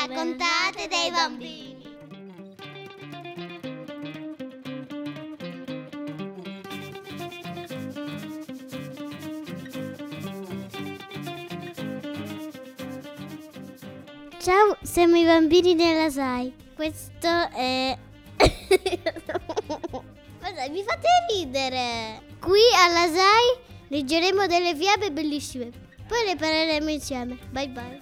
raccontate dai bambini. Ciao, siamo i bambini della SAI. Questo è... Ma dai, mi fate ridere. Qui alla SAI leggeremo delle fiabe bellissime. Poi le parleremo insieme. Bye bye.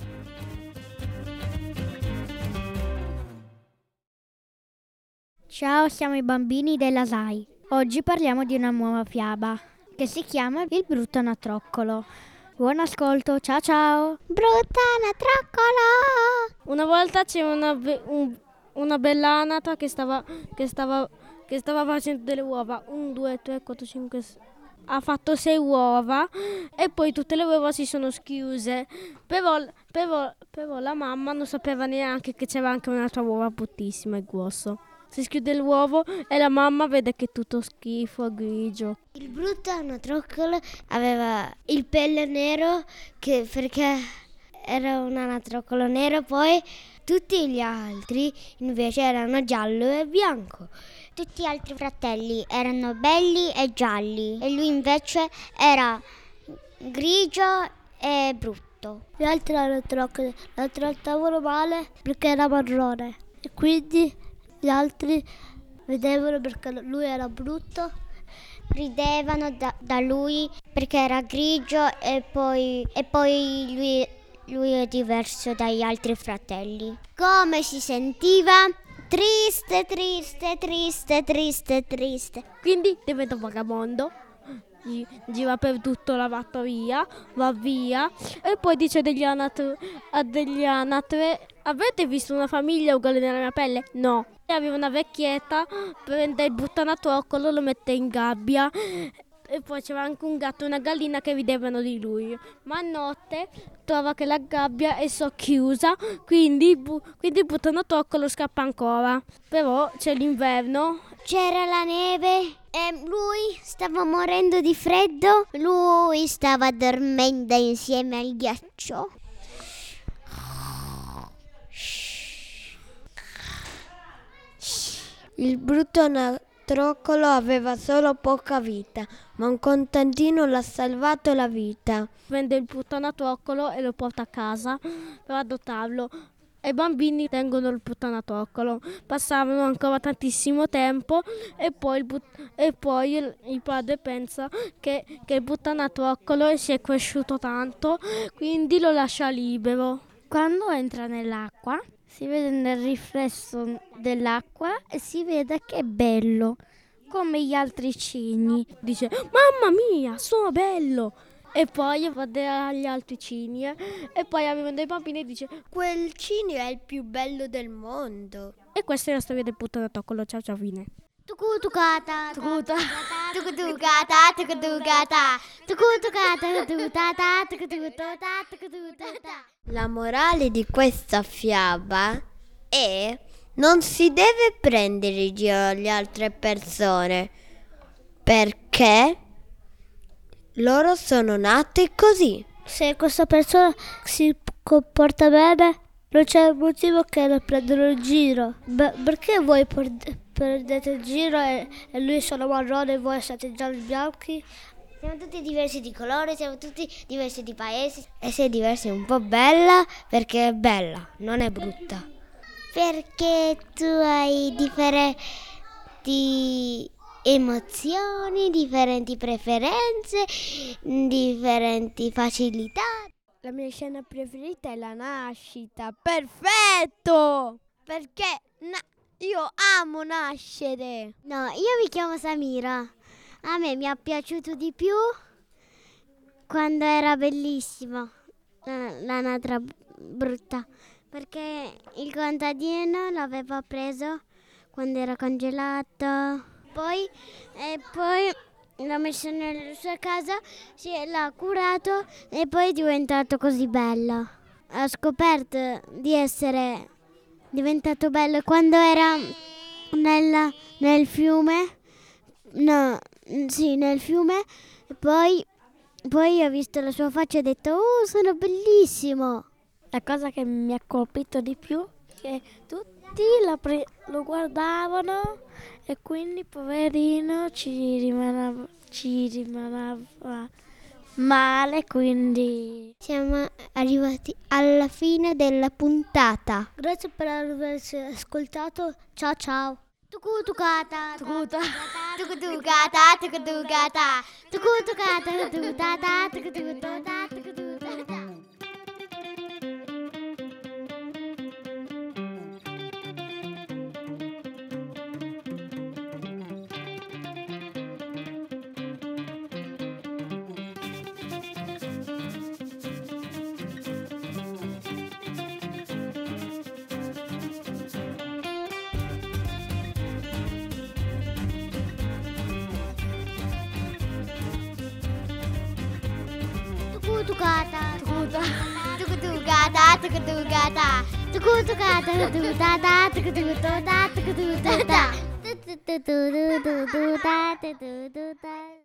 Ciao, siamo i bambini della SAI. Oggi parliamo di una nuova fiaba che si chiama Il brutto anatroccolo. Buon ascolto, ciao ciao! Brutta anatroccolo! Una volta c'era una bella anatra che stava facendo delle uova. 1, 2, 3, 4, 5, ha fatto 6 uova e poi tutte le uova si sono schiuse. Però la mamma non sapeva neanche che c'era anche un'altra uova bruttissima e grosso. Si schiude l'uovo e la mamma vede che è tutto schifo, grigio. Il brutto anatroccolo aveva il pelo nero perché era un anatroccolo nero, poi tutti gli altri invece erano giallo e bianco. Tutti gli altri fratelli erano belli e gialli e lui invece era grigio e brutto. Gli altri anatroccoli la trattavano male perché era marrone e quindi gli altri vedevano perché lui era brutto, ridevano da lui perché era grigio e poi lui è diverso dagli altri fratelli. Come si sentiva? Triste, triste, triste, triste, triste. Quindi diventa vagabondo, gira per tutto la fattoria, va via e poi dice a degli anatre: avete visto una famiglia uguale nella mia pelle? No. E aveva una vecchietta, prende il buttanatroccolo, lo mette in gabbia e poi c'era anche un gatto e una gallina che ridevano di lui. Ma a notte trova che la gabbia è socchiusa, quindi il buttanatroccolo scappa ancora. Però c'è l'inverno. C'era la neve e lui stava morendo di freddo. Lui stava dormendo insieme al ghiaccio. Il brutto anatroccolo aveva solo poca vita, ma un contadino l'ha salvato la vita. Prende il buttanatroccolo e lo porta a casa per adottarlo. E i bambini tengono il buttanatroccolo. Passavano ancora tantissimo tempo e poi il padre pensa che il buttanatroccolo si è cresciuto tanto, quindi lo lascia libero. Quando entra nell'acqua si vede nel riflesso dell'acqua e si vede che è bello, come gli altri cigni. Dice: mamma mia, sono bello! E poi va agli altri cigni e poi arrivano dei bambini e dice: quel cigno è il più bello del mondo. E questa è la storia del buttanatroccolo. Ciao ciao, fine. Tucutucata, tucutucata, tucutucata, tucutucata, tucutucata, tucutucata, tucutucata, tucutucata. La morale di questa fiaba è: non si deve prendere in giro le altre persone perché loro sono nate così. Se questa persona si comporta bene, non c'è motivo che lo prendano in giro. Perché voi prendete in giro e lui sono marrone e voi siete gialli bianchi? Siamo tutti diversi di colore, siamo tutti diversi di paesi. E sei diversa è un po' bella perché è bella, non è brutta. Perché tu hai differenti emozioni, differenti preferenze, differenti facilità. La mia scena preferita è la nascita. Perfetto! Perché io amo nascere. No, io mi chiamo Samira. A me mi è piaciuto di più quando era bellissimo l'anatra brutta, perché il contadino l'aveva preso quando era congelato. Poi l'ha messo nella sua casa, l'ha curato e poi è diventato così bello. Ha scoperto di essere diventato bello quando era nel fiume. No, sì, nel fiume. E poi ho visto la sua faccia e ho detto: oh, sono bellissimo. La cosa che mi ha colpito di più che tutti lo guardavano e quindi poverino ci rimaneva male, quindi Siamo arrivati alla fine della puntata. grazie per averci ascoltato. Ciao ciao. Tucutucata, tucutucata, tucutucata, tucutucata, tucutucata, tucutucata, tucutucata. Tucutucata, tucutucata, tucutucata, tucutucata, tucutucata, tucutucata, tucutucata, tucutucata.